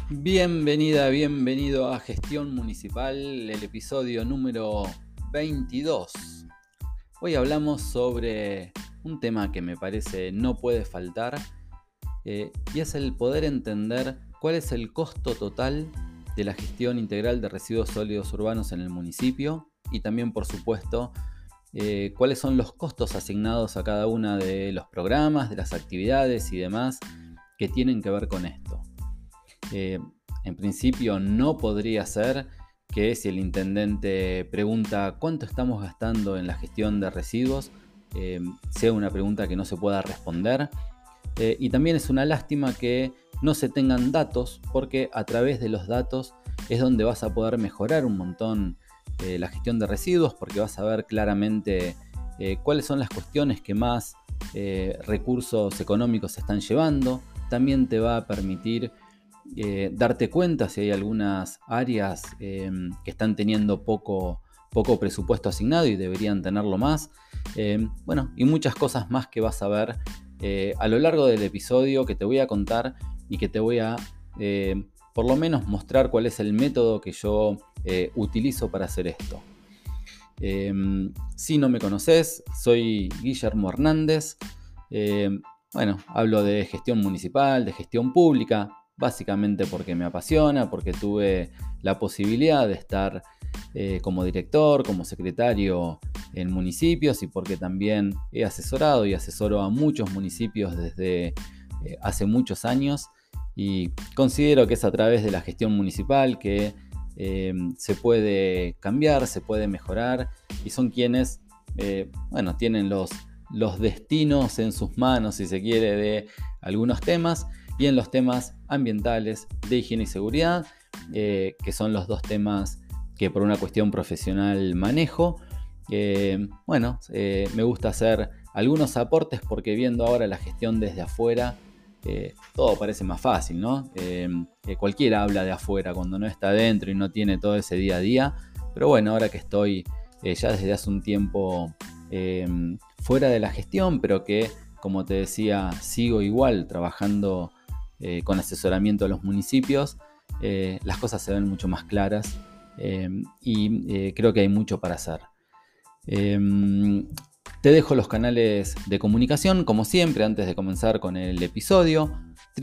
Bienvenida, bienvenido a Gestión Municipal, el episodio número 22. Hoy hablamos sobre un tema que me parece no puede faltar y es el poder entender cuál es el costo total de la gestión integral de residuos sólidos urbanos en el municipio y también, por supuesto, cuáles son los costos asignados a cada una de los programas, de las actividades y demás que tienen que ver con esto. En principio no podría ser que si el intendente pregunta cuánto estamos gastando en la gestión de residuos, sea una pregunta que no se pueda responder. Y también es una lástima que no se tengan datos, porque a través de los datos es donde vas a poder mejorar un montón la gestión de residuos, porque vas a ver claramente cuáles son las cuestiones que más recursos económicos se están llevando. También te va a permitir darte cuenta si hay algunas áreas que están teniendo poco presupuesto asignado y deberían tenerlo más. Y muchas cosas más que vas a ver a lo largo del episodio, que te voy a contar y que te voy a por lo menos mostrar cuál es el método que yo utilizo para hacer esto. Si no me conoces, soy Guillermo Hernández. Hablo de gestión municipal, de gestión pública, básicamente porque me apasiona, porque tuve la posibilidad de estar como director, como secretario en municipios y porque también he asesorado y asesoro a muchos municipios desde hace muchos años y considero que es a través de la gestión municipal que se puede cambiar, se puede mejorar y son quienes tienen los destinos en sus manos, si se quiere, de algunos temas y en los temas ambientales, de higiene y seguridad, que son los dos temas que por una cuestión profesional manejo. Me gusta hacer algunos aportes porque viendo ahora la gestión desde afuera, todo parece más fácil, ¿no? Cualquiera habla de afuera cuando no está adentro y no tiene todo ese día a día, pero bueno, ahora que estoy ya desde hace un tiempo fuera de la gestión, pero que, como te decía, sigo igual trabajando con asesoramiento a los municipios, las cosas se ven mucho más claras y creo que hay mucho para hacer. Te dejo los canales de comunicación, como siempre, antes de comenzar con el episodio: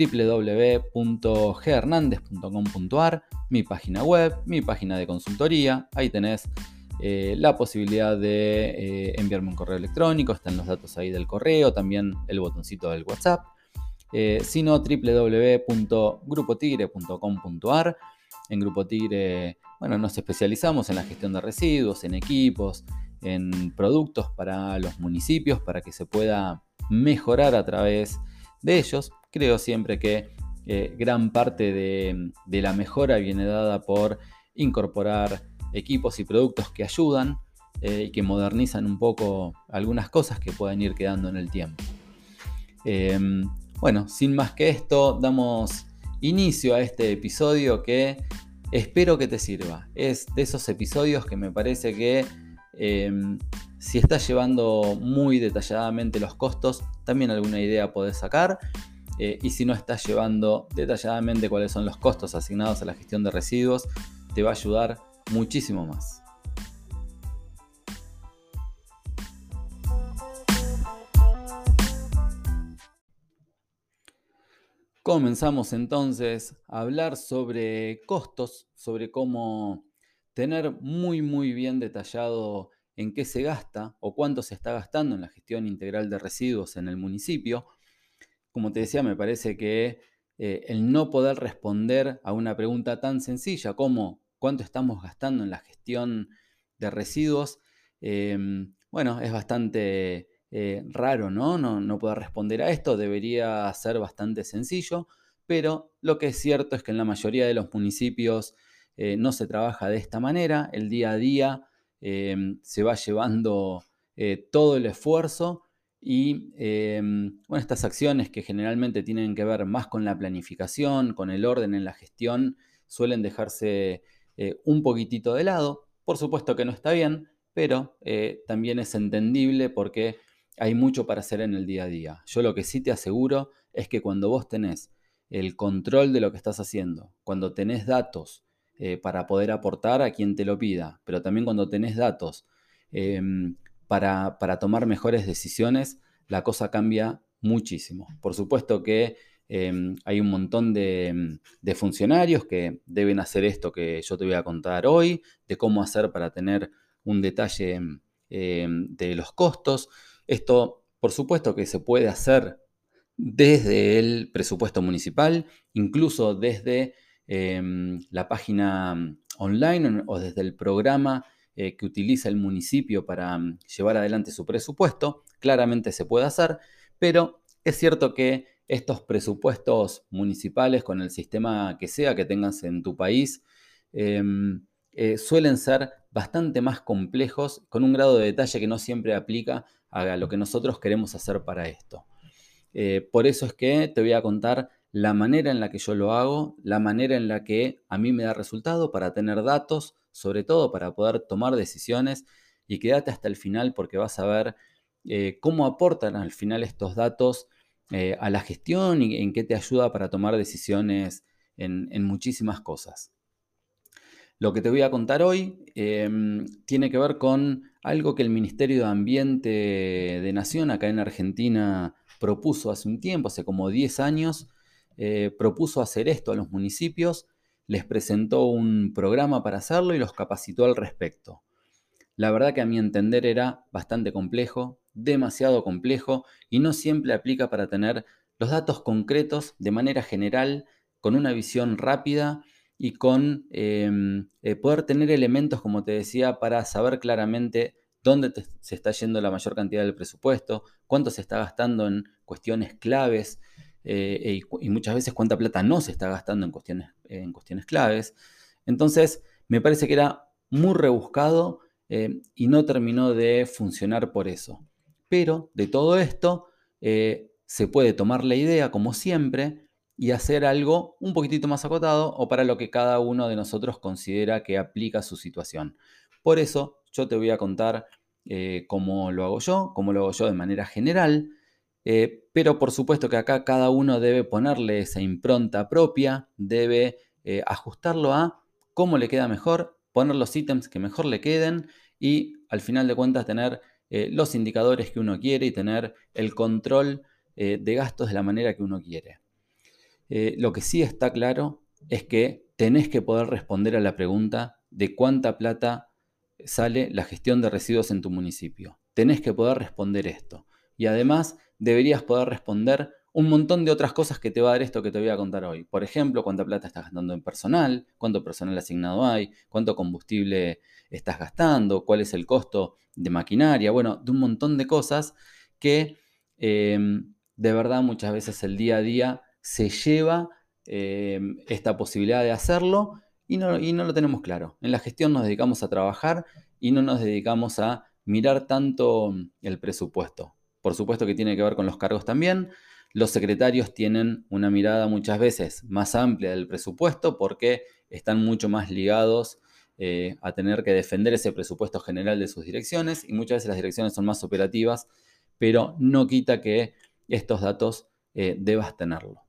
www.ghernandez.com.ar, mi página web, mi página de consultoría. Ahí tenés la posibilidad de enviarme un correo electrónico, están los datos ahí del correo, también el botoncito del WhatsApp. Sino www.grupotigre.com.ar. En Grupo Tigre, nos especializamos en la gestión de residuos, en equipos, en productos para los municipios, para que se pueda mejorar a través de ellos. Creo siempre que gran parte de la mejora viene dada por incorporar equipos y productos que ayudan y que modernizan un poco algunas cosas que pueden ir quedando en el tiempo. Sin más que esto, damos inicio a este episodio que espero que te sirva. Es de esos episodios que me parece que si estás llevando muy detalladamente los costos, también alguna idea podés sacar. Y si no estás llevando detalladamente cuáles son los costos asignados a la gestión de residuos, te va a ayudar muchísimo más. Comenzamos entonces a hablar sobre costos, sobre cómo tener muy bien detallado en qué se gasta o cuánto se está gastando en la gestión integral de residuos en el municipio. Como te decía, me parece que el no poder responder a una pregunta tan sencilla como cuánto estamos gastando en la gestión de residuos, es bastante raro, ¿no? No poder responder a esto. Debería ser bastante sencillo, pero lo que es cierto es que en la mayoría de los municipios no se trabaja de esta manera. El día a día se va llevando todo el esfuerzo y estas acciones que generalmente tienen que ver más con la planificación, con el orden en la gestión, suelen dejarse un poquitito de lado. Por supuesto que no está bien, pero también es entendible porque hay mucho para hacer en el día a día. Yo lo que sí te aseguro es que cuando vos tenés el control de lo que estás haciendo, cuando tenés datos para poder aportar a quien te lo pida, pero también cuando tenés datos para tomar mejores decisiones, la cosa cambia muchísimo. Por supuesto que hay un montón de funcionarios que deben hacer esto que yo te voy a contar hoy, de cómo hacer para tener un detalle de los costos. Esto, por supuesto que se puede hacer desde el presupuesto municipal, incluso desde la página online o desde el programa que utiliza el municipio para llevar adelante su presupuesto. Claramente se puede hacer, pero es cierto que estos presupuestos municipales, con el sistema que sea que tengas en tu país, suelen ser bastante más complejos, con un grado de detalle que no siempre aplica a lo que nosotros queremos hacer para esto. Por eso es que te voy a contar la manera en la que yo lo hago, la manera en la que a mí me da resultado para tener datos, sobre todo para poder tomar decisiones, y quédate hasta el final porque vas a ver cómo aportan al final estos datos a la gestión y en qué te ayuda para tomar decisiones en muchísimas cosas. Lo que te voy a contar hoy tiene que ver con algo que el Ministerio de Ambiente de Nación acá en Argentina propuso hace un tiempo, hace como 10 años, propuso hacer esto a los municipios, les presentó un programa para hacerlo y los capacitó al respecto. La verdad que a mi entender era bastante complejo, demasiado complejo, y no siempre aplica para tener los datos concretos de manera general, con una visión rápida y con poder tener elementos, como te decía, para saber claramente dónde se está yendo la mayor cantidad del presupuesto, cuánto se está gastando en cuestiones claves y muchas veces cuánta plata no se está gastando en cuestiones claves. Entonces, me parece que era muy rebuscado y no terminó de funcionar por eso. Pero de todo esto se puede tomar la idea, como siempre, y hacer algo un poquitito más acotado o para lo que cada uno de nosotros considera que aplica a su situación. Por eso yo te voy a contar cómo lo hago yo de manera general, pero por supuesto que acá cada uno debe ponerle esa impronta propia, debe ajustarlo a cómo le queda mejor, poner los ítems que mejor le queden y al final de cuentas tener los indicadores que uno quiere y tener el control de gastos de la manera que uno quiere. Lo que sí está claro es que tenés que poder responder a la pregunta de cuánta plata sale la gestión de residuos en tu municipio. Tenés que poder responder esto. Y además deberías poder responder un montón de otras cosas que te va a dar esto que te voy a contar hoy. Por ejemplo, cuánta plata estás gastando en personal, cuánto personal asignado hay, cuánto combustible estás gastando, cuál es el costo de maquinaria, bueno, de un montón de cosas que de verdad muchas veces el día a día se lleva esta posibilidad de hacerlo y no lo tenemos claro. En la gestión nos dedicamos a trabajar y no nos dedicamos a mirar tanto el presupuesto. Por supuesto que tiene que ver con los cargos también. Los secretarios tienen una mirada muchas veces más amplia del presupuesto porque están mucho más ligados a tener que defender ese presupuesto general de sus direcciones y muchas veces las direcciones son más operativas, pero no quita que estos datos debas tenerlo.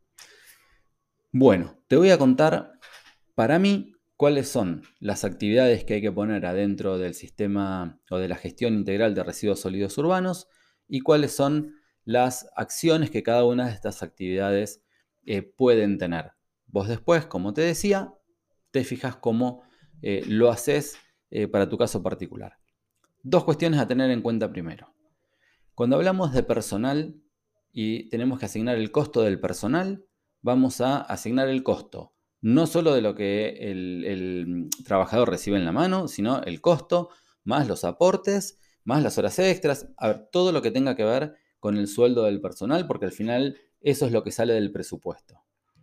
Bueno, te voy a contar para mí cuáles son las actividades que hay que poner adentro del sistema o de la gestión integral de residuos sólidos urbanos y cuáles son las acciones que cada una de estas actividades pueden tener. Vos después, como te decía, te fijas cómo lo haces para tu caso particular. Dos cuestiones a tener en cuenta primero. Cuando hablamos de personal y tenemos que asignar el costo del personal, vamos a asignar el costo no solo de lo que el trabajador recibe en la mano, sino el costo más los aportes, más las horas extras, a ver, todo lo que tenga que ver con el sueldo del personal, porque al final eso es lo que sale del presupuesto.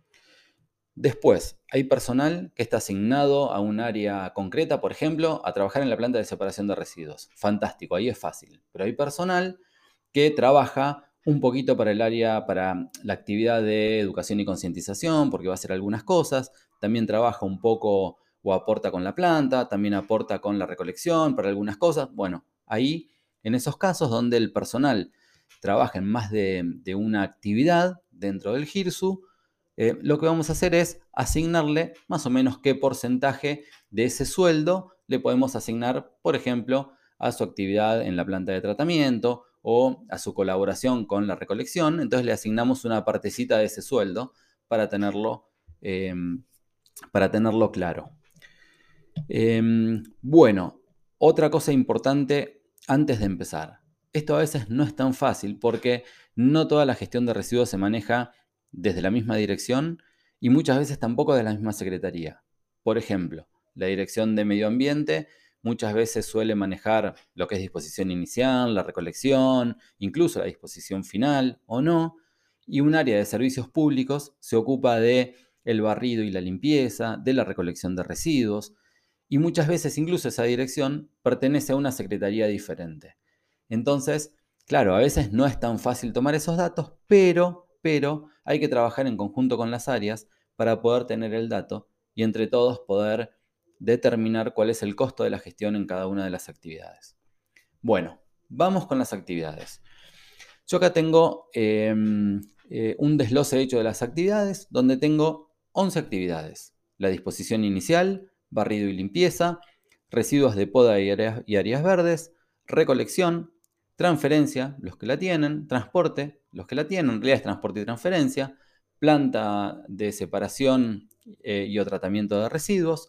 Después, hay personal que está asignado a un área concreta, por ejemplo, a trabajar en la planta de separación de residuos. Fantástico, ahí es fácil. Pero hay personal que trabaja un poquito para el área, para la actividad de educación y concientización, porque va a hacer algunas cosas. También trabaja un poco o aporta con la planta, también aporta con la recolección para algunas cosas. Bueno, ahí, en esos casos donde el personal trabaja en más de una actividad dentro del GIRSU, Lo que vamos a hacer es asignarle más o menos qué porcentaje de ese sueldo le podemos asignar, por ejemplo, a su actividad en la planta de tratamiento o a su colaboración con la recolección. Entonces le asignamos una partecita de ese sueldo para tenerlo, eh, claro. Bueno, otra cosa importante antes de empezar. Esto a veces no es tan fácil porque no toda la gestión de residuos se maneja desde la misma dirección y muchas veces tampoco de la misma secretaría. Por ejemplo, la dirección de medio ambiente muchas veces suele manejar lo que es disposición inicial, la recolección, incluso la disposición final o no, y un área de servicios públicos se ocupa de el barrido y la limpieza, de la recolección de residuos, y muchas veces incluso esa dirección pertenece a una secretaría diferente. Entonces, claro, a veces no es tan fácil tomar esos datos, pero hay que trabajar en conjunto con las áreas para poder tener el dato y entre todos poder determinar cuál es el costo de la gestión en cada una de las actividades. Bueno, vamos con las actividades. Yo acá tengo un desglose hecho de las actividades donde tengo 11 actividades. La disposición inicial, barrido y limpieza, residuos de poda y áreas verdes, recolección, transferencia, los que la tienen, transporte, los que la tienen, en realidad es transporte y transferencia, planta de separación y o tratamiento de residuos,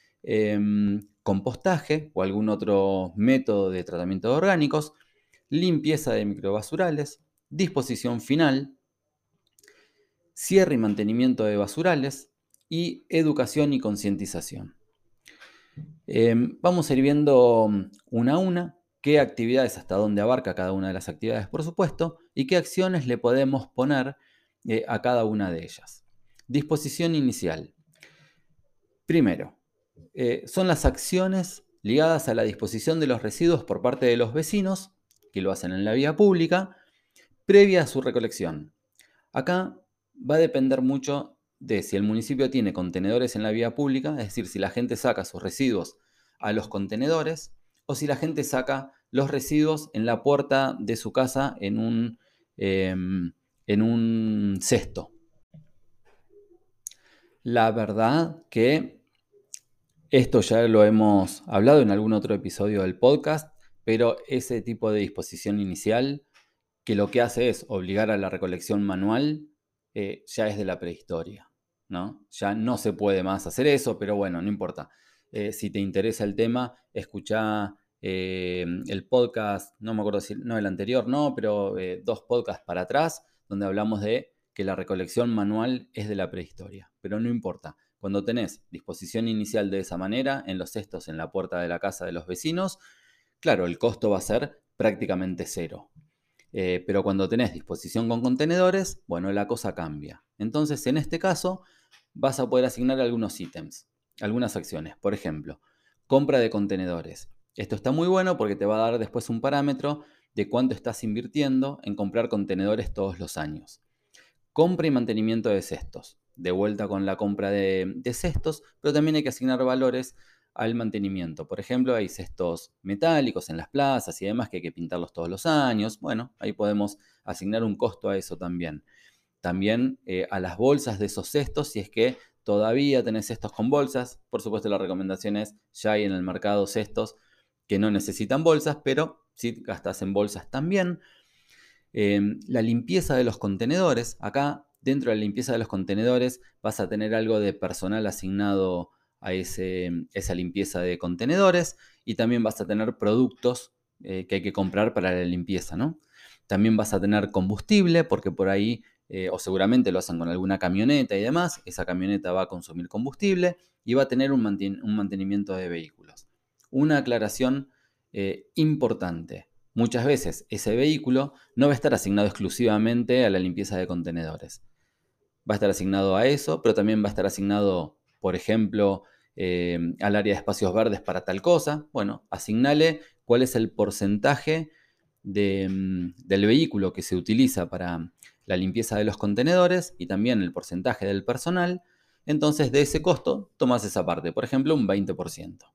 compostaje o algún otro método de tratamiento de orgánicos, limpieza de microbasurales, disposición final, cierre y mantenimiento de basurales y educación y concientización. Vamos a ir viendo una a una qué actividades, hasta dónde abarca cada una de las actividades, por supuesto, y qué acciones le podemos poner a cada una de ellas. Disposición inicial. Primero, son las acciones ligadas a la disposición de los residuos por parte de los vecinos, que lo hacen en la vía pública, previa a su recolección. Acá va a depender mucho de si el municipio tiene contenedores en la vía pública, es decir, si la gente saca sus residuos a los contenedores o si la gente saca los residuos en la puerta de su casa en un cesto. La verdad que esto ya lo hemos hablado en algún otro episodio del podcast, pero ese tipo de disposición inicial que lo que hace es obligar a la recolección manual, ya es de la prehistoria, ¿no? Ya no se puede más hacer eso, pero bueno, no importa. Si te interesa el tema, escuchá el podcast, no me acuerdo si, no el anterior, no, pero 2 podcasts para atrás, donde hablamos de que la recolección manual es de la prehistoria, pero no importa. Cuando tenés disposición inicial de esa manera, en los cestos en la puerta de la casa de los vecinos, claro, el costo va a ser prácticamente cero. Pero cuando tenés disposición con contenedores, bueno, la cosa cambia. Entonces, en este caso, vas a poder asignar algunos ítems, algunas acciones. Por ejemplo, compra de contenedores. Esto está muy bueno porque te va a dar después un parámetro de cuánto estás invirtiendo en comprar contenedores todos los años. Compra y mantenimiento de cestos. De vuelta con la compra de cestos, pero también hay que asignar valores al mantenimiento. Por ejemplo, hay cestos metálicos en las plazas y demás que hay que pintarlos todos los años. Bueno, ahí podemos asignar un costo a eso también. También a las bolsas de esos cestos, si es que todavía tenés cestos con bolsas. Por supuesto, la recomendación es, ya hay en el mercado cestos que no necesitan bolsas, pero si gastas en bolsas también. La limpieza de los contenedores. Acá, dentro de la limpieza de los contenedores, vas a tener algo de personal asignado a esa limpieza de contenedores y también vas a tener productos que hay que comprar para la limpieza, ¿no? También vas a tener combustible porque por ahí, o seguramente lo hacen con alguna camioneta y demás, esa camioneta va a consumir combustible y va a tener un mantenimiento de vehículos. Una aclaración importante. Muchas veces ese vehículo no va a estar asignado exclusivamente a la limpieza de contenedores. Va a estar asignado a eso, pero también va a estar asignado, por ejemplo, al área de espacios verdes para tal cosa. Bueno, asignale cuál es el porcentaje del vehículo que se utiliza para la limpieza de los contenedores y también el porcentaje del personal. Entonces, de ese costo, tomas esa parte, por ejemplo, un 20%.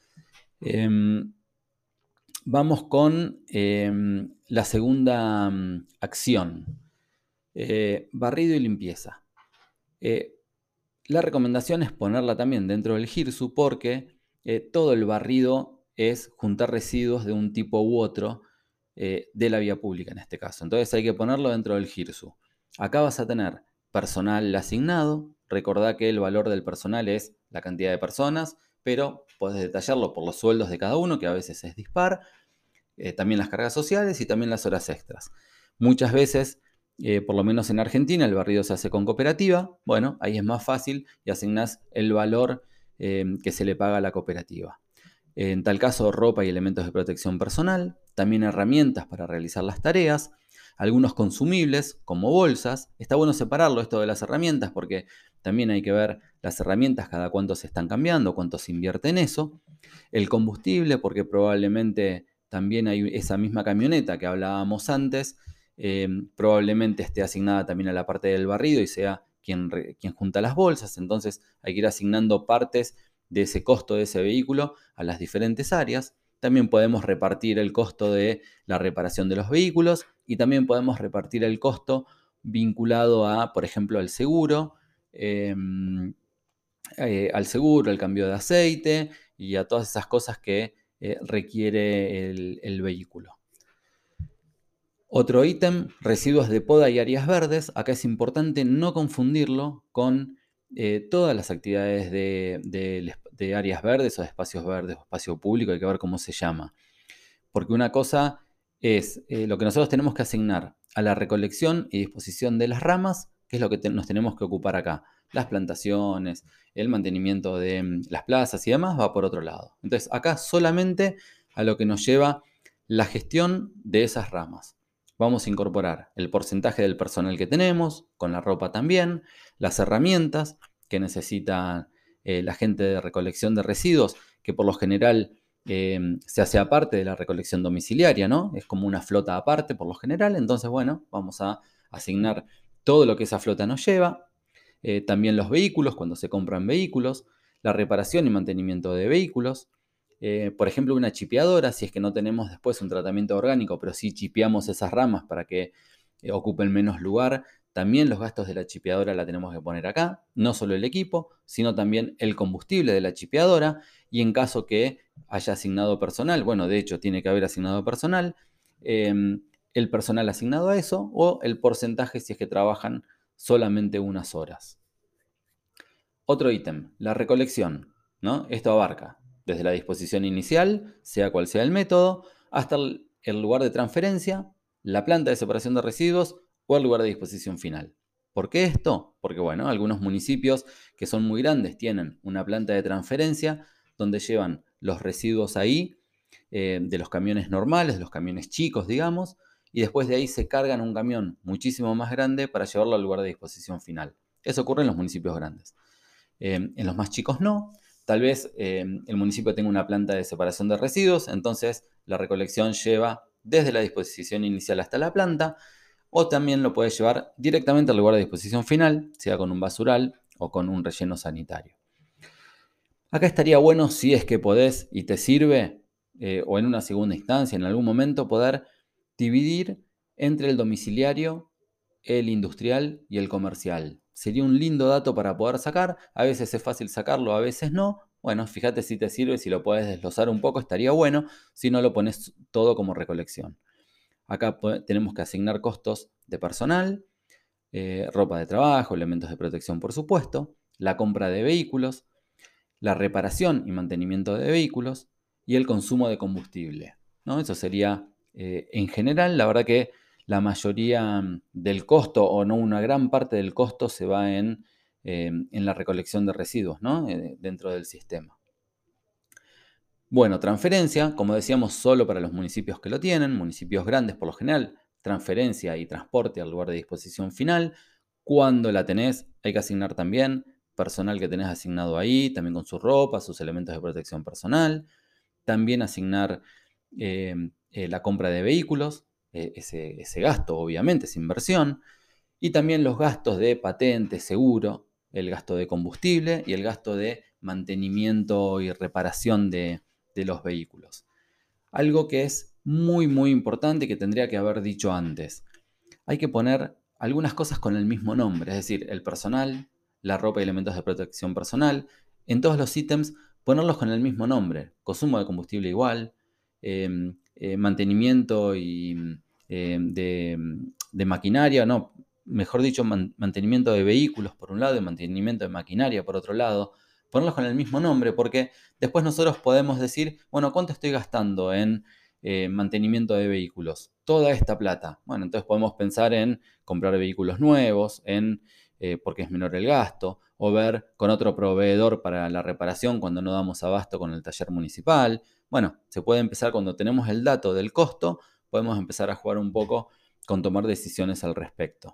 Vamos con la segunda acción, barrido y limpieza. Eh, la recomendación es ponerla también dentro del GIRSU porque todo el barrido es juntar residuos de un tipo u otro de la vía pública en este caso. Entonces hay que ponerlo dentro del GIRSU. Acá vas a tener personal asignado. Recordá que el valor del personal es la cantidad de personas, pero podés detallarlo por los sueldos de cada uno, que a veces es dispar, también las cargas sociales y también las horas extras. Muchas veces, por lo menos en Argentina, el barrido se hace con cooperativa. Bueno, ahí es más fácil y asignás el valor que se le paga a la cooperativa. En tal caso, ropa y elementos de protección personal, también herramientas para realizar las tareas, algunos consumibles como bolsas. Está bueno separarlo esto de las herramientas porque también hay que ver las herramientas cada cuánto se están cambiando, cuánto se invierte en eso. El combustible porque probablemente también hay esa misma camioneta que hablábamos antes, probablemente esté asignada también a la parte del barrido y sea quien junta las bolsas. Entonces hay que ir asignando partes de ese costo de ese vehículo a las diferentes áreas. También podemos repartir el costo de la reparación de los vehículos y también podemos repartir el costo vinculado a, por ejemplo, al seguro, al cambio de aceite y a todas esas cosas que requiere el vehículo. Otro ítem, residuos de poda y áreas verdes. Acá es importante no confundirlo con todas las actividades de áreas verdes o de espacios verdes o espacio público, hay que ver cómo se llama. Porque una cosa es lo que nosotros tenemos que asignar a la recolección y disposición de las ramas, que es lo que nos tenemos que ocupar acá. Las plantaciones, el mantenimiento de las plazas y demás va por otro lado. Entonces acá solamente a lo que nos lleva la gestión de esas ramas. Vamos a incorporar el porcentaje del personal que tenemos, con la ropa también, las herramientas que necesita la gente de recolección de residuos, que por lo general se hace aparte de la recolección domiciliaria, ¿no? Es como una flota aparte por lo general, entonces, bueno, vamos a asignar todo lo que esa flota nos lleva. También los vehículos, cuando se compran vehículos, la reparación y mantenimiento de vehículos. Por ejemplo, una chipeadora, si es que no tenemos después un tratamiento orgánico, pero sí chipeamos esas ramas para que ocupen menos lugar, también los gastos de la chipeadora la tenemos que poner acá, no solo el equipo, sino también el combustible de la chipeadora y en caso que haya asignado personal, bueno, de hecho tiene que haber asignado personal, el personal asignado a eso o el porcentaje si es que trabajan solamente unas horas. Otro ítem, la recolección, ¿no? Esto abarca desde la disposición inicial, sea cual sea el método, hasta el lugar de transferencia, la planta de separación de residuos o el lugar de disposición final. ¿Por qué esto? Porque, bueno, algunos municipios que son muy grandes tienen una planta de transferencia donde llevan los residuos ahí, de los camiones normales, de los camiones chicos, digamos, y después de ahí se cargan un camión muchísimo más grande para llevarlo al lugar de disposición final. Eso ocurre en los municipios grandes. En los más chicos no. Tal vez el municipio tenga una planta de separación de residuos, entonces la recolección lleva desde la disposición inicial hasta la planta, o también lo puede llevar directamente al lugar de disposición final, sea con un basural o con un relleno sanitario. Acá estaría bueno, si es que podés y te sirve, o en una segunda instancia, en algún momento, poder dividir entre el domiciliario, el industrial y el comercial. Sería un lindo dato para poder sacar. A veces es fácil sacarlo, a veces no. Bueno, fíjate si te sirve, si lo puedes desglosar un poco, estaría bueno. Si no, lo pones todo como recolección. Acá tenemos que asignar costos de personal, ropa de trabajo, elementos de protección, por supuesto, la compra de vehículos, la reparación y mantenimiento de vehículos y el consumo de combustible, ¿no? Eso sería, en general, la verdad que la mayoría del costo, o no una gran parte del costo, se va en la recolección de residuos, ¿no? Dentro del sistema. Bueno, transferencia, como decíamos, solo para los municipios que lo tienen, municipios grandes por lo general, transferencia y transporte al lugar de disposición final. Cuando la tenés, hay que asignar también personal que tenés asignado ahí, también con su ropa, sus elementos de protección personal. También asignar la compra de vehículos, ese gasto obviamente es inversión. Y también los gastos de patente, seguro, el gasto de combustible y el gasto de mantenimiento y reparación de los vehículos. Algo que es muy muy importante y que tendría que haber dicho antes. Hay que poner algunas cosas con el mismo nombre, es decir, el personal, la ropa y elementos de protección personal. En todos los ítems, ponerlos con el mismo nombre. Consumo de combustible igual, mantenimiento y de maquinaria, no, mejor dicho, mantenimiento de vehículos por un lado y mantenimiento de maquinaria por otro lado. Ponerlos con el mismo nombre, porque después nosotros podemos decir, bueno, ¿cuánto estoy gastando en mantenimiento de vehículos? Toda esta plata. Bueno, entonces podemos pensar en comprar vehículos nuevos, porque es menor el gasto, o ver con otro proveedor para la reparación cuando no damos abasto con el taller municipal. Bueno, se puede empezar cuando tenemos el dato del costo, podemos empezar a jugar un poco con tomar decisiones al respecto.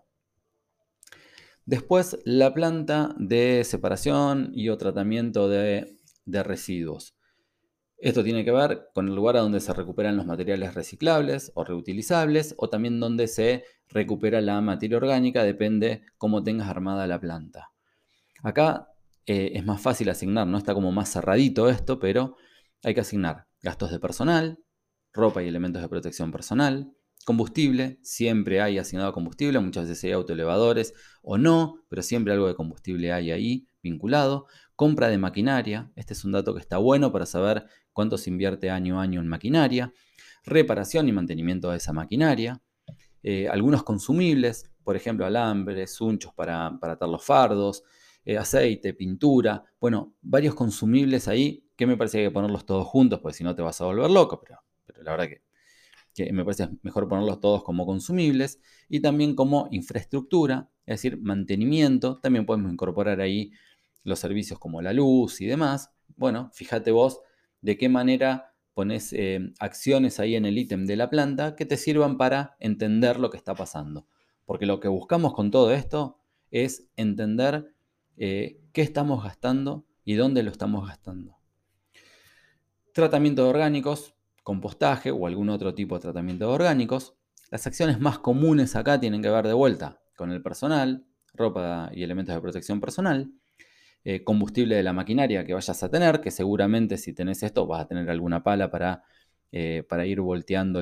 Después, la planta de separación y o tratamiento de residuos. Esto tiene que ver con el lugar a donde se recuperan los materiales reciclables o reutilizables, o también donde se recupera la materia orgánica, depende cómo tengas armada la planta. Acá es más fácil asignar, ¿no? Está como más cerradito esto, pero hay que asignar gastos de personal, ropa y elementos de protección personal, combustible, siempre hay asignado combustible, muchas veces hay autoelevadores o no, pero siempre algo de combustible hay ahí vinculado. Compra de maquinaria, este es un dato que está bueno para saber cuánto se invierte año a año en maquinaria. Reparación y mantenimiento de esa maquinaria. Algunos consumibles, por ejemplo, alambres, unchos para atar los fardos, aceite, pintura, bueno, varios consumibles ahí que me parece que hay que ponerlos todos juntos, porque si no te vas a volver loco, pero la verdad que me parece mejor ponerlos todos como consumibles y también como infraestructura, es decir, mantenimiento. También podemos incorporar ahí los servicios como la luz y demás. Bueno, fíjate vos de qué manera pones acciones ahí en el ítem de la planta que te sirvan para entender lo que está pasando. Porque lo que buscamos con todo esto es entender qué estamos gastando y dónde lo estamos gastando. Tratamiento de orgánicos, compostaje o algún otro tipo de tratamiento de orgánicos. Las acciones más comunes acá tienen que ver de vuelta con el personal, ropa y elementos de protección personal, combustible de la maquinaria que vayas a tener, que seguramente si tenés esto vas a tener alguna pala para ir volteando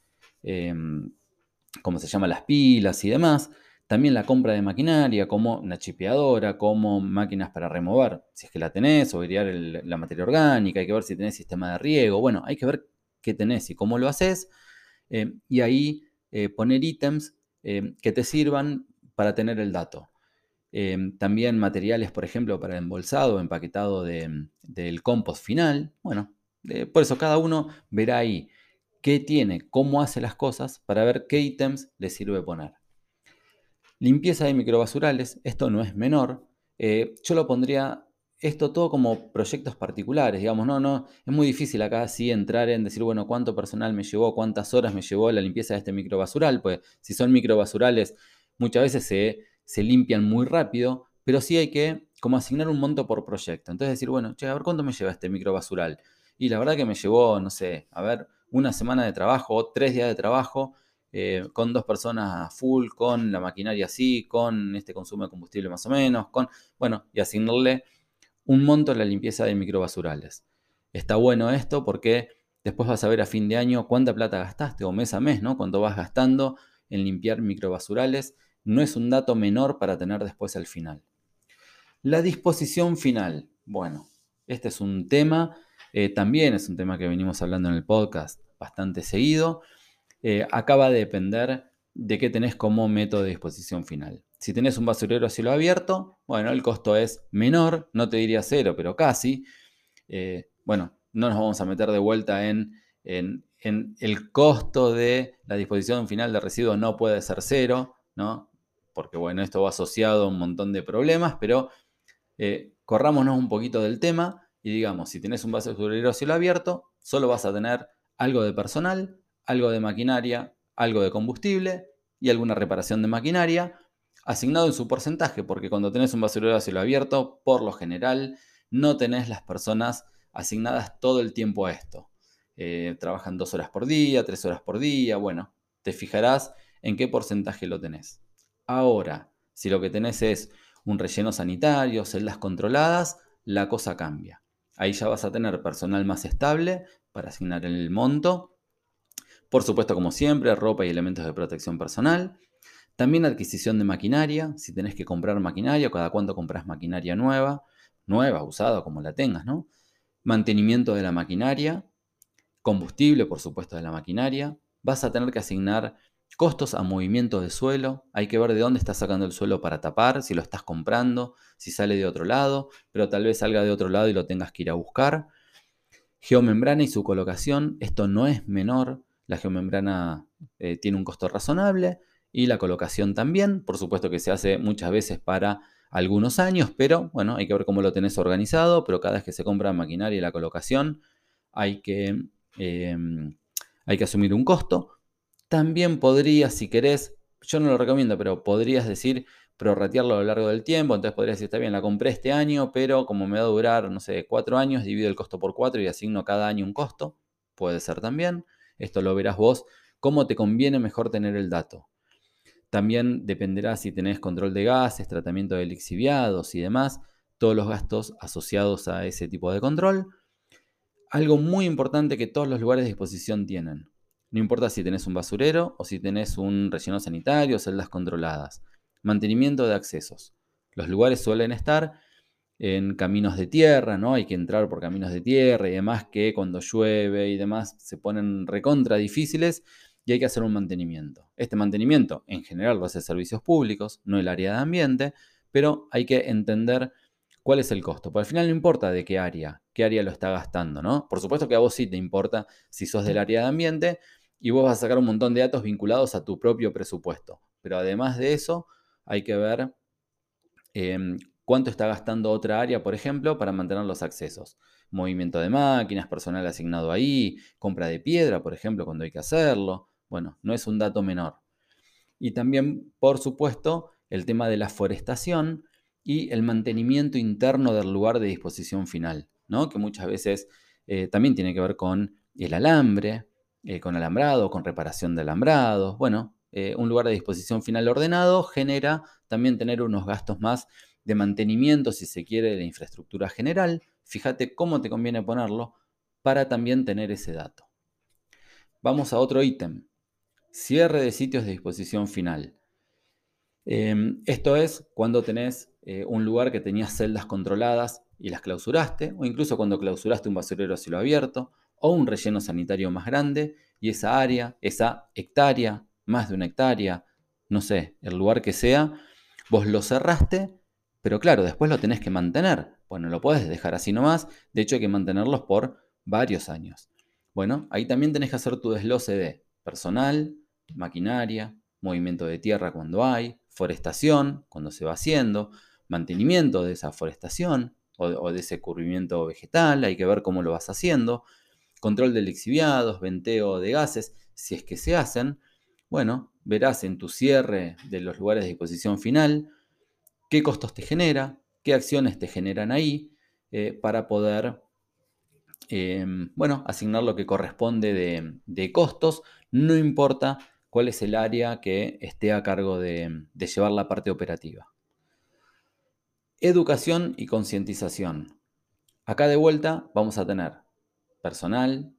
¿cómo se llama? Las pilas y demás. También la compra de maquinaria, como una chipeadora, como máquinas para remover, si es que la tenés, o airear la materia orgánica, hay que ver si tenés sistema de riego. Bueno, hay que ver qué tenés y cómo lo haces. Y ahí poner ítems que te sirvan para tener el dato. También materiales, por ejemplo, para embolsado o empaquetado del compost final. Bueno, por eso cada uno verá ahí qué tiene, cómo hace las cosas para ver qué ítems le sirve poner. Limpieza de microbasurales, esto no es menor. Yo lo pondría esto todo como proyectos particulares, digamos, no, es muy difícil acá sí entrar en decir, bueno, cuánto personal me llevó, cuántas horas me llevó la limpieza de este microbasural, pues si son microbasurales muchas veces se limpian muy rápido, pero sí hay que como asignar un monto por proyecto. Entonces decir, bueno, che, a ver cuánto me lleva este microbasural. Y la verdad que me llevó, no sé, a ver, una semana de trabajo o 3 días de trabajo, con 2 personas a full, con la maquinaria así, con este consumo de combustible más o menos, bueno, y asignarle un monto a la limpieza de microbasurales. Está bueno esto porque después vas a ver a fin de año cuánta plata gastaste o mes a mes, ¿no? Cuánto vas gastando en limpiar microbasurales. No es un dato menor para tener después al final. La disposición final. Bueno, este es un tema, también es un tema que venimos hablando en el podcast bastante seguido. Acá va a depender de qué tenés como método de disposición final. Si tenés un basurero a cielo abierto, bueno, el costo es menor, no te diría cero, pero casi. Bueno, no nos vamos a meter de vuelta en el costo de la disposición final de residuos no puede ser cero, ¿no? Porque bueno, esto va asociado a un montón de problemas, pero corrámonos un poquito del tema y digamos, si tenés un basurero a cielo abierto, solo vas a tener algo de personal, algo de maquinaria, algo de combustible y alguna reparación de maquinaria, asignado en su porcentaje, porque cuando tenés un basurero a cielo abierto, por lo general, no tenés las personas asignadas todo el tiempo a esto. Trabajan 2 horas por día, 3 horas por día, bueno, te fijarás en qué porcentaje lo tenés. Ahora, si lo que tenés es un relleno sanitario, celdas controladas, la cosa cambia. Ahí ya vas a tener personal más estable para asignar el monto. Por supuesto, como siempre, ropa y elementos de protección personal. También adquisición de maquinaria, si tenés que comprar maquinaria, cada cuánto compras maquinaria nueva, usada, como la tengas, ¿no? Mantenimiento de la maquinaria, combustible, por supuesto, de la maquinaria. Vas a tener que asignar costos a movimiento de suelo. Hay que ver de dónde estás sacando el suelo para tapar, si lo estás comprando, si sale de otro lado, pero tal vez salga de otro lado y lo tengas que ir a buscar. Geomembrana y su colocación, esto no es menor. La geomembrana tiene un costo razonable y la colocación también. Por supuesto que se hace muchas veces para algunos años, pero bueno, hay que ver cómo lo tenés organizado. Pero cada vez que se compra maquinaria y la colocación, hay que, eh, hay que asumir un costo. También podrías, si querés, yo no lo recomiendo, pero podrías decir prorratearlo a lo largo del tiempo. Entonces podrías decir, está bien, la compré este año, pero como me va a durar, no sé, 4 años, divido el costo por 4 y asigno cada año un costo. Puede ser también. Esto lo verás vos, cómo te conviene mejor tener el dato. También dependerá si tenés control de gases, tratamiento de lixiviados y demás, todos los gastos asociados a ese tipo de control. Algo muy importante que todos los lugares de disposición tienen. No importa si tenés un basurero o si tenés un relleno sanitario o celdas controladas. Mantenimiento de accesos. Los lugares suelen estar en caminos de tierra, ¿no? Hay que entrar por caminos de tierra y demás que cuando llueve y demás se ponen recontra difíciles y hay que hacer un mantenimiento. Este mantenimiento en general lo hace servicios públicos, no el área de ambiente, pero hay que entender cuál es el costo. Porque al final no importa de qué área lo está gastando, ¿no? Por supuesto que a vos sí te importa si sos del área de ambiente y vos vas a sacar un montón de datos vinculados a tu propio presupuesto. Pero además de eso, hay que ver cuánto está gastando otra área, por ejemplo, para mantener los accesos. Movimiento de máquinas, personal asignado ahí, compra de piedra, por ejemplo, cuando hay que hacerlo. Bueno, no es un dato menor. Y también, por supuesto, el tema de la forestación y el mantenimiento interno del lugar de disposición final, ¿no? Que muchas veces también tiene que ver con el alambre, con alambrado, con reparación de alambrados. Bueno, un lugar de disposición final ordenado genera también tener unos gastos más de mantenimiento, si se quiere, de la infraestructura general. Fíjate cómo te conviene ponerlo para también tener ese dato. Vamos a otro ítem. Cierre de sitios de disposición final. Esto es cuando tenés un lugar que tenías celdas controladas y las clausuraste, o incluso cuando clausuraste un basurero a cielo abierto, o un relleno sanitario más grande, y esa área, esa hectárea, más de una hectárea, no sé, el lugar que sea, vos lo cerraste, pero claro, después lo tenés que mantener. Bueno, lo podés dejar así nomás, de hecho hay que mantenerlos por varios años. Bueno, ahí también tenés que hacer tu desglose de personal, maquinaria, movimiento de tierra cuando hay, forestación cuando se va haciendo, mantenimiento de esa forestación o de ese cubrimiento vegetal, hay que ver cómo lo vas haciendo, control de lixiviados, venteo de gases, si es que se hacen. Bueno, verás en tu cierre de los lugares de disposición final qué costos te genera, qué acciones te generan ahí para poder bueno, asignar lo que corresponde de costos, no importa cuál es el área que esté a cargo de llevar la parte operativa. Educación y concientización. Acá de vuelta vamos a tener personal,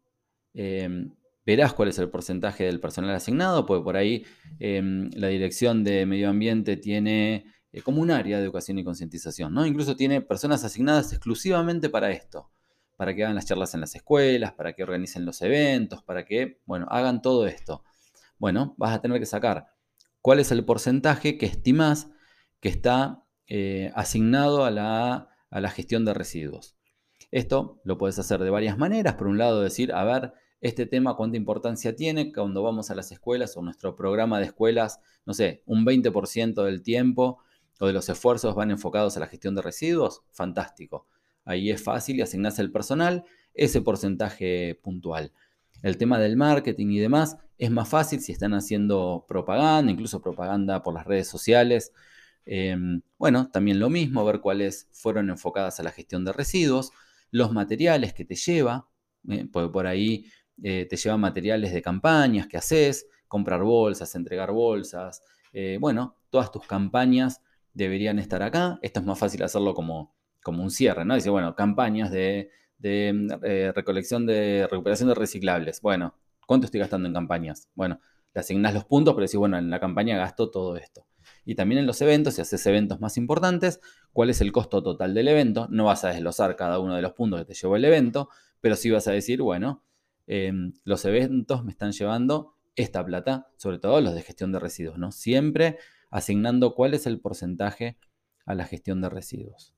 verás cuál es el porcentaje del personal asignado, porque por ahí la Dirección de Medio Ambiente tiene como un área de educación y concientización, ¿no? Incluso tiene personas asignadas exclusivamente para esto, para que hagan las charlas en las escuelas, para que organicen los eventos, para que, bueno, hagan todo esto. Bueno, vas a tener que sacar cuál es el porcentaje que estimás que está asignado a la gestión de residuos. Esto lo puedes hacer de varias maneras. Por un lado, decir, a ver, este tema cuánta importancia tiene cuando vamos a las escuelas o nuestro programa de escuelas, no sé, un 20% del tiempo o de los esfuerzos van enfocados a la gestión de residuos. Fantástico. Ahí es fácil y asignás al personal ese porcentaje puntual. El tema del marketing y demás es más fácil si están haciendo propaganda, incluso propaganda por las redes sociales. Bueno, también lo mismo, ver cuáles fueron enfocadas a la gestión de residuos, los materiales que te lleva, porque por ahí te lleva materiales de campañas que haces, comprar bolsas, entregar bolsas. Bueno, todas tus campañas deberían estar acá. Esto es más fácil hacerlo como un cierre, ¿no? Dice, bueno, campañas de recolección de recuperación de reciclables. Bueno, ¿cuánto estoy gastando en campañas? Bueno, Le asignás los puntos, pero decís, bueno, en la campaña gastó todo esto. Y también en los eventos, si haces eventos más importantes, ¿cuál es el costo total del evento? No vas a desglosar cada uno de los puntos que te llevó el evento, pero sí vas a decir, bueno, los eventos me están llevando esta plata, sobre todo los de gestión de residuos, ¿no? Siempre asignando cuál es el porcentaje a la gestión de residuos.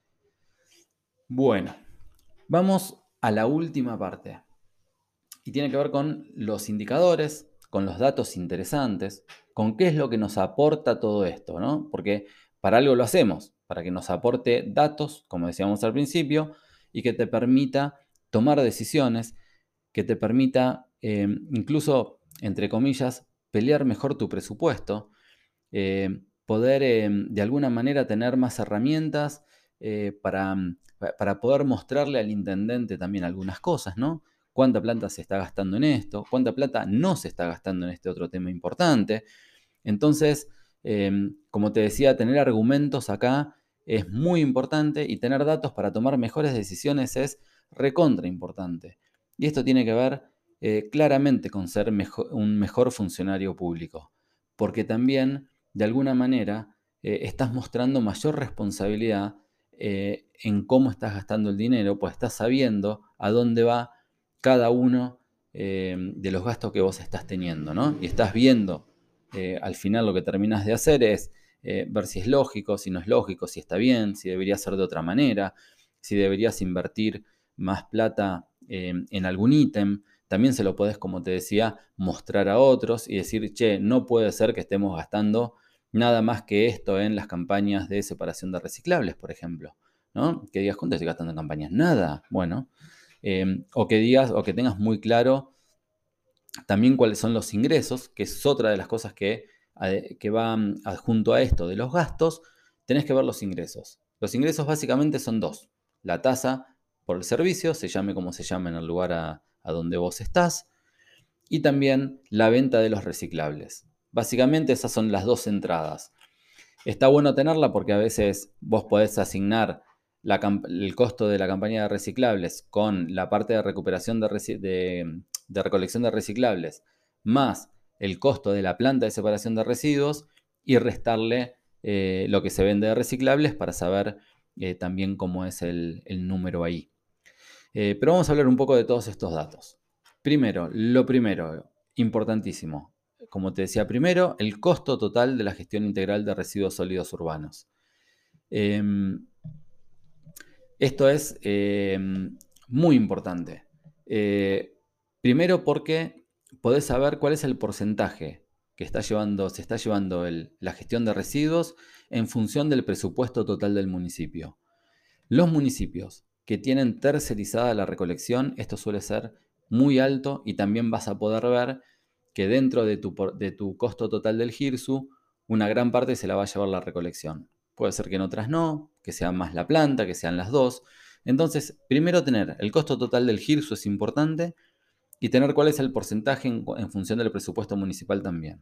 Bueno, vamos a la última parte. Y tiene que ver con los indicadores, con los datos interesantes, con qué es lo que nos aporta todo esto, ¿no? Porque para algo lo hacemos, para que nos aporte datos, como decíamos al principio, y que te permita tomar decisiones, que te permita incluso, entre comillas, pelear mejor tu presupuesto, poder de alguna manera tener más herramientas para poder mostrarle al intendente también algunas cosas, ¿no? Cuánta plata se está gastando en esto, cuánta plata no se está gastando en este otro tema importante. Entonces, como te decía, tener argumentos acá es muy importante y tener datos para tomar mejores decisiones es recontra importante. Y esto tiene que ver claramente con ser un mejor funcionario público, porque también, de alguna manera, estás mostrando mayor responsabilidad en cómo estás gastando el dinero, pues estás sabiendo a dónde va cada uno de los gastos que vos estás teniendo, ¿no? Y estás viendo, al final lo que terminas de hacer es ver si es lógico, si no es lógico, si está bien, si debería ser de otra manera, si deberías invertir más plata en algún ítem. También se lo podés, como te decía, mostrar a otros y decir, che, no puede ser que estemos gastando nada más que esto en las campañas de separación de reciclables, por ejemplo, ¿no? Que digas, ¿cuánto estoy gastando en campañas? Nada. Bueno, o que digas, o que tengas muy claro también cuáles son los ingresos, que es otra de las cosas que va adjunto a esto de los gastos. Tenés que ver los ingresos. Los ingresos básicamente son dos. La tasa por el servicio, se llame como se llame en el lugar a donde vos estás, y también la venta de los reciclables. Básicamente esas son las dos entradas. Está bueno tenerla porque a veces vos podés asignar el costo de la campaña de reciclables con la parte de recuperación de recolección de reciclables más el costo de la planta de separación de residuos y restarle lo que se vende de reciclables para saber también cómo es el número ahí. Pero vamos a hablar un poco de todos estos datos. Primero, lo primero, importantísimo. Como te decía primero, el costo total de la gestión integral de residuos sólidos urbanos. Esto es muy importante. Primero porque podés saber cuál es el porcentaje que se está llevando la gestión de residuos en función del presupuesto total del municipio. Los municipios que tienen tercerizada la recolección, esto suele ser muy alto y también vas a poder ver que dentro de tu costo total del GIRSU, una gran parte se la va a llevar la recolección. Puede ser que en otras no, que sea más la planta, que sean las dos. Entonces, primero tener el costo total del GIRSU es importante y tener cuál es el porcentaje en función del presupuesto municipal también.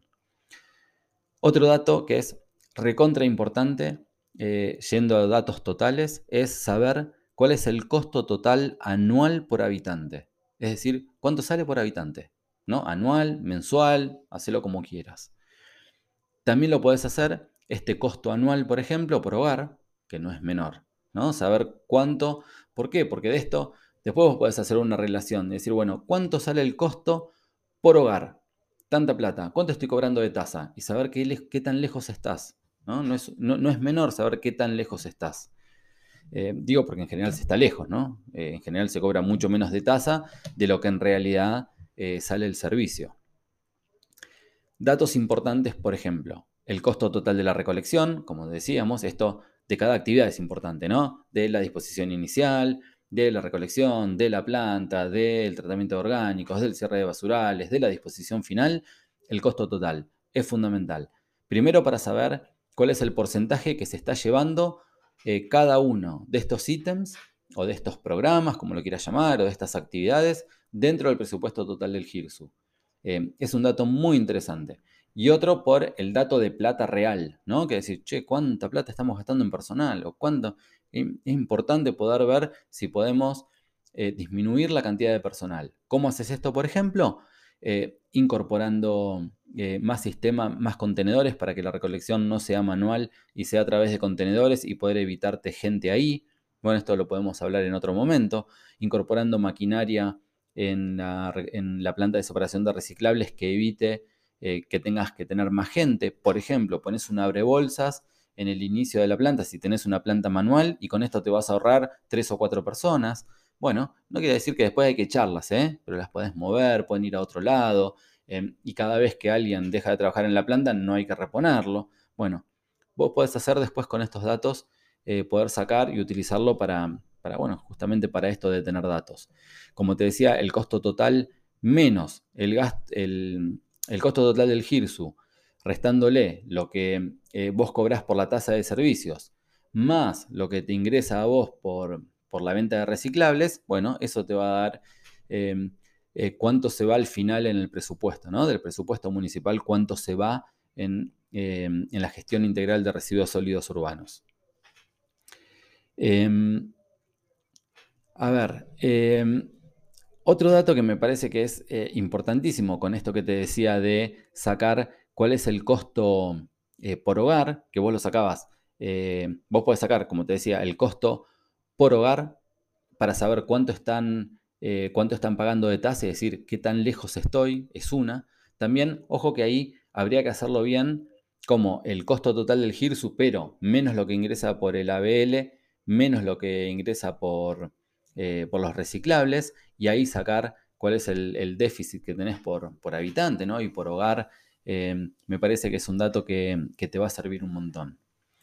Otro dato que es recontra importante, yendo a datos totales, es saber cuál es el costo total anual por habitante. Es decir, cuánto sale por habitante, ¿no? Anual, mensual, hacelo como quieras. También lo podés hacer, este costo anual, por ejemplo, por hogar, que no es menor, ¿no? Saber cuánto, ¿por qué? Porque de esto, después vos podés hacer una relación, decir, bueno, ¿cuánto sale el costo por hogar? Tanta plata, ¿cuánto estoy cobrando de tasa? Y saber qué tan lejos estás, ¿no? No es menor saber qué tan lejos estás. Digo porque en general se está lejos, ¿no? En general se cobra mucho menos de tasa de lo que en realidad sale el servicio. Datos importantes, por ejemplo, el costo total de la recolección, como decíamos, esto de cada actividad es importante, ¿no? De la disposición inicial, de la recolección, de la planta, del tratamiento de orgánicos, del cierre de basurales, de la disposición final, el costo total es fundamental. Primero para saber cuál es el porcentaje que se está llevando cada uno de estos ítems o de estos programas, como lo quieras llamar, o de estas actividades dentro del presupuesto total del GIRSU. Es un dato muy interesante. Y otro por el dato de plata real, ¿no? Que decir, che, ¿cuánta plata estamos gastando en personal? O cuánto. Es importante poder ver si podemos disminuir la cantidad de personal. ¿Cómo haces esto, por ejemplo? Incorporando más sistema, más contenedores para que la recolección no sea manual y sea a través de contenedores y poder evitarte gente ahí. Bueno, esto lo podemos hablar en otro momento. Incorporando maquinaria en la planta de separación de reciclables que evite que tengas que tener más gente. Por ejemplo, pones un abrebolsas en el inicio de la planta si tenés una planta manual y con esto te vas a ahorrar 3 o 4 personas. Bueno, no quiere decir que después hay que echarlas, pero las podés mover, pueden ir a otro lado. Y cada vez que alguien deja de trabajar en la planta no hay que reponerlo. Bueno, vos podés hacer después con estos datos, poder sacar y utilizarlo bueno, justamente para esto de tener datos. Como te decía, el costo total menos el costo total del GIRSU, restándole lo que vos cobrás por la tasa de servicios, más lo que te ingresa a vos por la venta de reciclables, bueno, eso te va a dar cuánto se va al final en el presupuesto, ¿no? Del presupuesto municipal, cuánto se va en la gestión integral de residuos sólidos urbanos. A ver, otro dato que me parece que es importantísimo con esto que te decía de sacar cuál es el costo por hogar, que vos lo sacabas. Vos podés sacar, como te decía, el costo por hogar para saber cuánto están pagando de tasa, es decir, qué tan lejos estoy, es una. También, ojo que ahí habría que hacerlo bien como el costo total del GIRSU, pero menos lo que ingresa por el ABL, menos lo que ingresa por los reciclables, y ahí sacar cuál es el déficit que tenés por habitante, ¿no? Y por hogar. Me parece que es un dato que te va a servir un montón.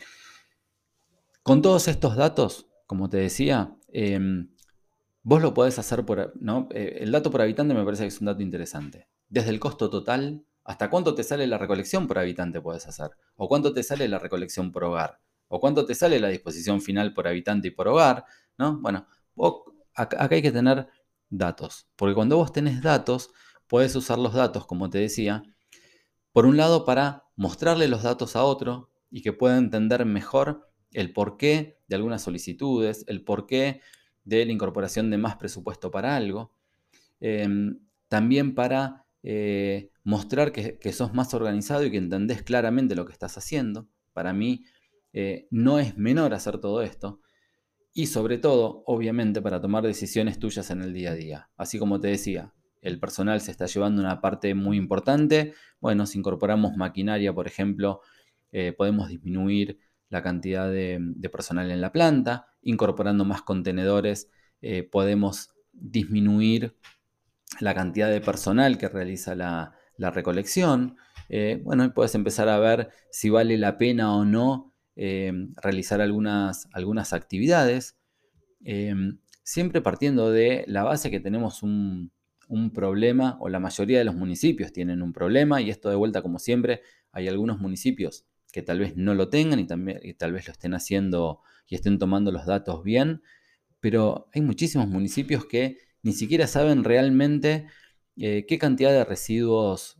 Con todos estos datos, como te decía, vos lo podés hacer ¿no? El dato por habitante me parece que es un dato interesante. Desde el costo total, hasta cuánto te sale la recolección por habitante podés hacer. O cuánto te sale la recolección por hogar. O cuánto te sale la disposición final por habitante y por hogar, ¿no? Bueno, acá hay que tener datos. Porque cuando vos tenés datos, podés usar los datos, como te decía, por un lado para mostrarle los datos a otro y que pueda entender mejor el porqué de algunas solicitudes, el porqué de la incorporación de más presupuesto para algo. También para mostrar que sos más organizado y que entendés claramente lo que estás haciendo. Para mí no es menor hacer todo esto. Y sobre todo, obviamente, para tomar decisiones tuyas en el día a día. Así como te decía, el personal se está llevando una parte muy importante. Bueno, si incorporamos maquinaria, por ejemplo, podemos disminuir la cantidad de personal en la planta. Incorporando más contenedores, podemos disminuir la cantidad de personal que realiza la recolección. Bueno, puedes empezar a ver si vale la pena o no realizar algunas actividades. Siempre partiendo de la base que tenemos un problema, o la mayoría de los municipios tienen un problema, y esto de vuelta, como siempre, hay algunos municipios que tal vez no lo tengan y tal vez lo estén haciendo y estén tomando los datos bien, pero hay muchísimos municipios que ni siquiera saben realmente qué cantidad de residuos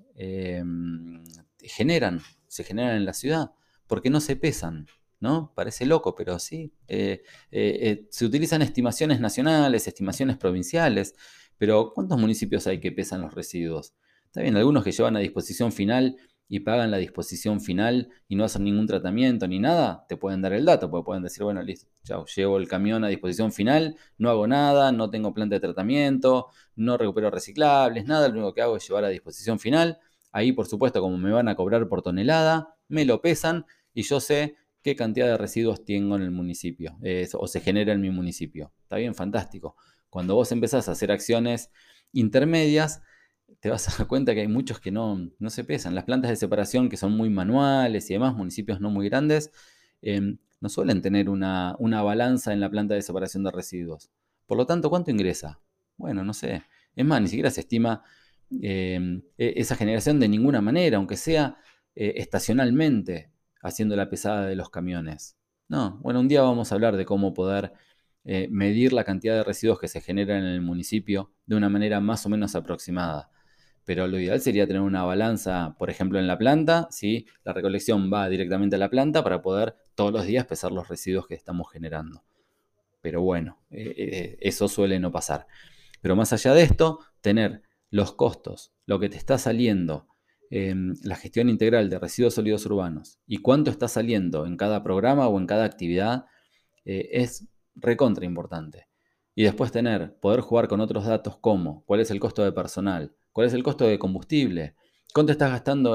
se generan en la ciudad, porque no se pesan, ¿no? Parece loco, pero sí. Se utilizan estimaciones nacionales, estimaciones provinciales, pero ¿cuántos municipios hay que pesan los residuos? Está bien, algunos que llevan a disposición final y pagan la disposición final y no hacen ningún tratamiento ni nada, te pueden dar el dato, porque pueden decir, bueno, listo, chao, llevo el camión a disposición final, no hago nada, no tengo planta de tratamiento, no recupero reciclables, nada, lo único que hago es llevar a disposición final. Ahí, por supuesto, como me van a cobrar por tonelada, me lo pesan y yo sé qué cantidad de residuos tengo en el municipio, o se genera en mi municipio. Está bien, fantástico. Cuando vos empezás a hacer acciones intermedias, te vas a dar cuenta que hay muchos que no se pesan. Las plantas de separación que son muy manuales y demás, municipios no muy grandes, no suelen tener una balanza en la planta de separación de residuos. Por lo tanto, ¿cuánto ingresa? Bueno, no sé. Es más, ni siquiera se estima esa generación de ninguna manera, aunque sea estacionalmente, haciendo la pesada de los camiones. No, bueno, un día vamos a hablar de cómo poder medir la cantidad de residuos que se generan en el municipio de una manera más o menos aproximada. Pero lo ideal sería tener una balanza, por ejemplo, en la planta, ¿sí? La recolección va directamente a la planta para poder todos los días pesar los residuos que estamos generando. Pero bueno, eso suele no pasar. Pero más allá de esto, tener los costos, lo que te está saliendo la gestión integral de residuos sólidos urbanos y cuánto está saliendo en cada programa o en cada actividad, es recontra importante. Y después poder jugar con otros datos como cuál es el costo de personal, cuál es el costo de combustible, cuánto estás gastando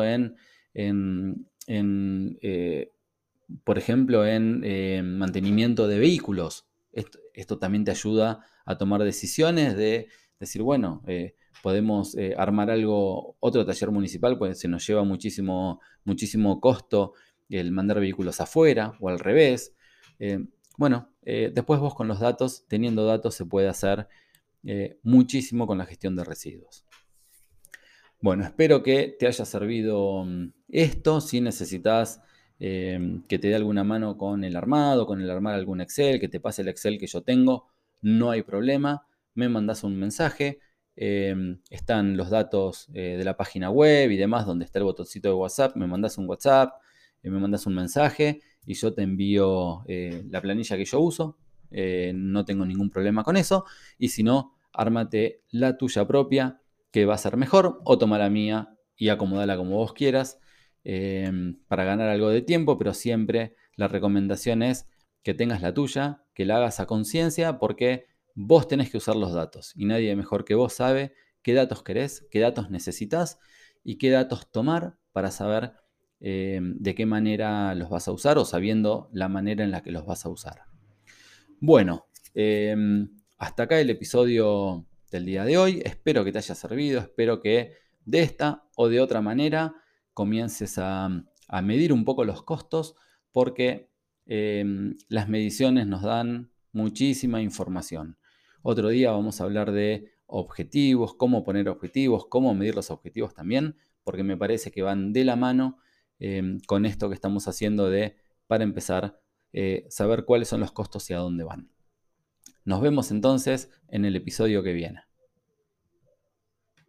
por ejemplo, en mantenimiento de vehículos. Esto también te ayuda a tomar decisiones de decir, bueno, podemos armar otro taller municipal, pues se nos lleva muchísimo, muchísimo costo el mandar vehículos afuera o al revés. Después vos con los datos, teniendo datos, se puede hacer muchísimo con la gestión de residuos. Bueno, espero que te haya servido esto. Si necesitas que te dé alguna mano con el armado, con el armar algún Excel, que te pase el Excel que yo tengo, no hay problema. Me mandas un mensaje. Están los datos de la página web y demás, donde está el botoncito de WhatsApp. Me mandas un WhatsApp, me mandas un mensaje y yo te envío la planilla que yo uso. No tengo ningún problema con eso. Y si no, ármate la tuya propia, que va a ser mejor, o toma la mía y acomodala como vos quieras para ganar algo de tiempo, pero siempre la recomendación es que tengas la tuya, que la hagas a conciencia, porque vos tenés que usar los datos y nadie mejor que vos sabe qué datos querés, qué datos necesitas y qué datos tomar para saber de qué manera los vas a usar o sabiendo la manera en la que los vas a usar. Bueno, hasta acá el episodio del día de hoy. Espero que te haya servido, espero que de esta o de otra manera comiences a medir un poco los costos, porque las mediciones nos dan muchísima información. Otro día vamos a hablar de objetivos, cómo poner objetivos, cómo medir los objetivos también, porque me parece que van de la mano con esto que estamos haciendo para empezar, saber cuáles son los costos y a dónde van. Nos vemos entonces en el episodio que viene.